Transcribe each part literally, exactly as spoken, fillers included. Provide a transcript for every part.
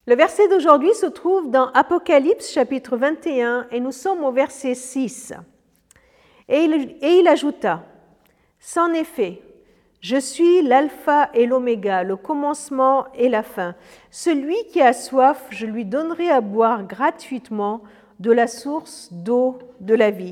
Le verset d'aujourd'hui se trouve dans Apocalypse chapitre vingt et un et nous sommes au verset six. Et il, et il ajouta, « C'en est fait, je suis l'alpha et l'oméga, le commencement et la fin. Celui qui a soif, je lui donnerai à boire gratuitement de la source d'eau de la vie. »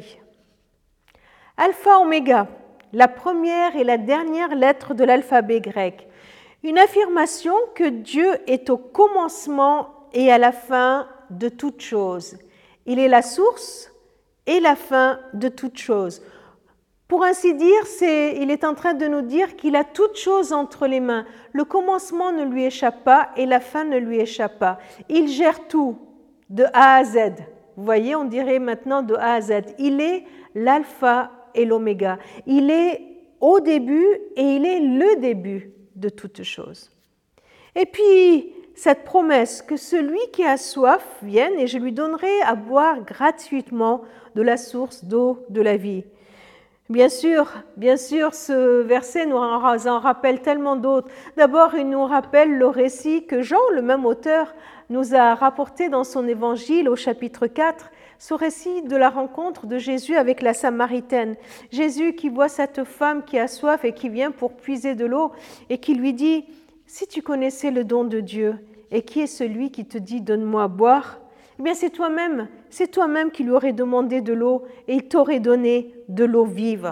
Alpha oméga, la première et la dernière lettre de l'alphabet grec. Une affirmation que Dieu est au commencement et à la fin de toute chose. Il est la source et la fin de toute chose. Pour ainsi dire, c'est, il est en train de nous dire qu'il a toute chose entre les mains. Le commencement ne lui échappe pas et la fin ne lui échappe pas. Il gère tout, de A à Z. Vous voyez, on dirait maintenant de A à Z. Il est l'alpha et l'oméga. Il est au début et il est le début de toute chose. Et puis, cette promesse que celui qui a soif vienne et je lui donnerai à boire gratuitement de la source d'eau de la vie. Bien sûr, bien sûr, ce verset nous en rappelle tellement d'autres. D'abord, il nous rappelle le récit que Jean, le même auteur, nous a rapporté dans son évangile au chapitre quatre, ce récit de la rencontre de Jésus avec la Samaritaine. Jésus qui voit cette femme qui a soif et qui vient pour puiser de l'eau et qui lui dit « Si tu connaissais le don de Dieu, et qui est celui qui te dit « Donne-moi à boire ?» Eh bien, c'est toi-même, c'est toi-même qui lui aurais demandé de l'eau et il t'aurait donné de l'eau vive.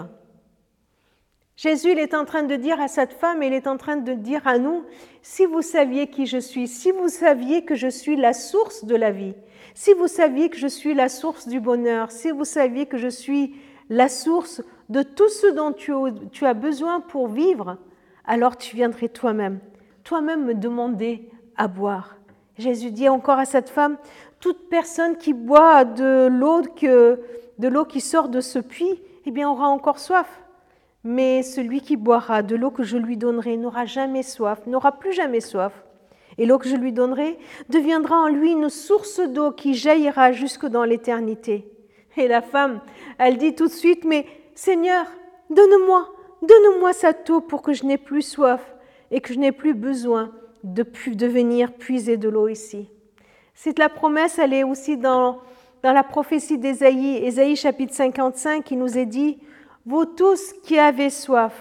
Jésus, il est en train de dire à cette femme, et il est en train de dire à nous, si vous saviez qui je suis, si vous saviez que je suis la source de la vie, si vous saviez que je suis la source du bonheur, si vous saviez que je suis la source de tout ce dont tu, tu as besoin pour vivre, alors tu viendrais toi-même, toi-même me demander à boire. Jésus dit encore à cette femme, toute personne qui boit de l'eau que, de l'eau qui sort de ce puits, eh bien aura encore soif. Mais celui qui boira de l'eau que je lui donnerai n'aura jamais soif, n'aura plus jamais soif. Et l'eau que je lui donnerai deviendra en lui une source d'eau qui jaillira jusque dans l'éternité. Et la femme, elle dit tout de suite, mais Seigneur, donne-moi, donne-moi cette eau pour que je n'ai plus soif et que je n'ai plus besoin de, de venir puiser de l'eau ici. C'est la promesse, elle est aussi dans, dans la prophétie d'Ésaïe, Ésaïe chapitre cinquante-cinq, qui nous est dit, « Vous tous qui avez soif,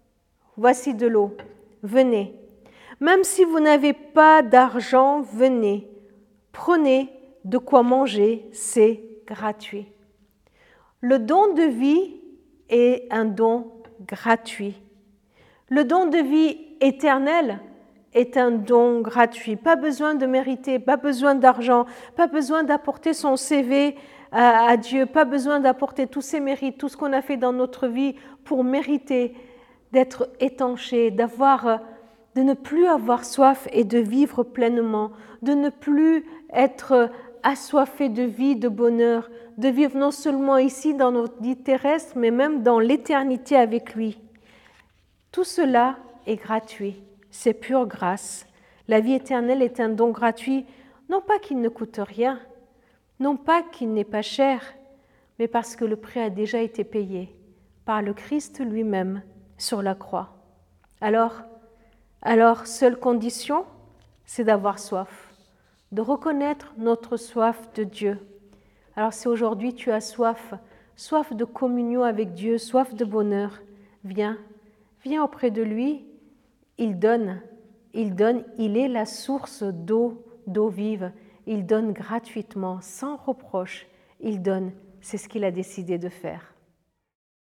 voici de l'eau, venez. Même si vous n'avez pas d'argent, venez. Prenez de quoi manger, c'est gratuit. » Le don de vie est un don gratuit. Le don de vie éternel est un don gratuit. Pas besoin de mériter, pas besoin d'argent, pas besoin d'apporter son C V à, à Dieu, pas besoin d'apporter tous ses mérites, tout ce qu'on a fait dans notre vie pour mériter d'être étanché, d'avoir, de ne plus avoir soif et de vivre pleinement, de ne plus être assoiffé de vie, de bonheur, de vivre non seulement ici dans notre vie terrestre, mais même dans l'éternité avec lui. Tout cela est gratuit, c'est pure grâce. La vie éternelle est un don gratuit, non pas qu'il ne coûte rien, non pas qu'il n'est pas cher, mais parce que le prix a déjà été payé par le Christ lui-même sur la croix. Alors, alors seule condition, c'est d'avoir soif, de reconnaître notre soif de Dieu. Alors si aujourd'hui tu as soif, soif de communion avec Dieu, soif de bonheur, viens, viens auprès de lui, il donne, il donne, il est la source d'eau, d'eau vive, il donne gratuitement, sans reproche, il donne, c'est ce qu'il a décidé de faire.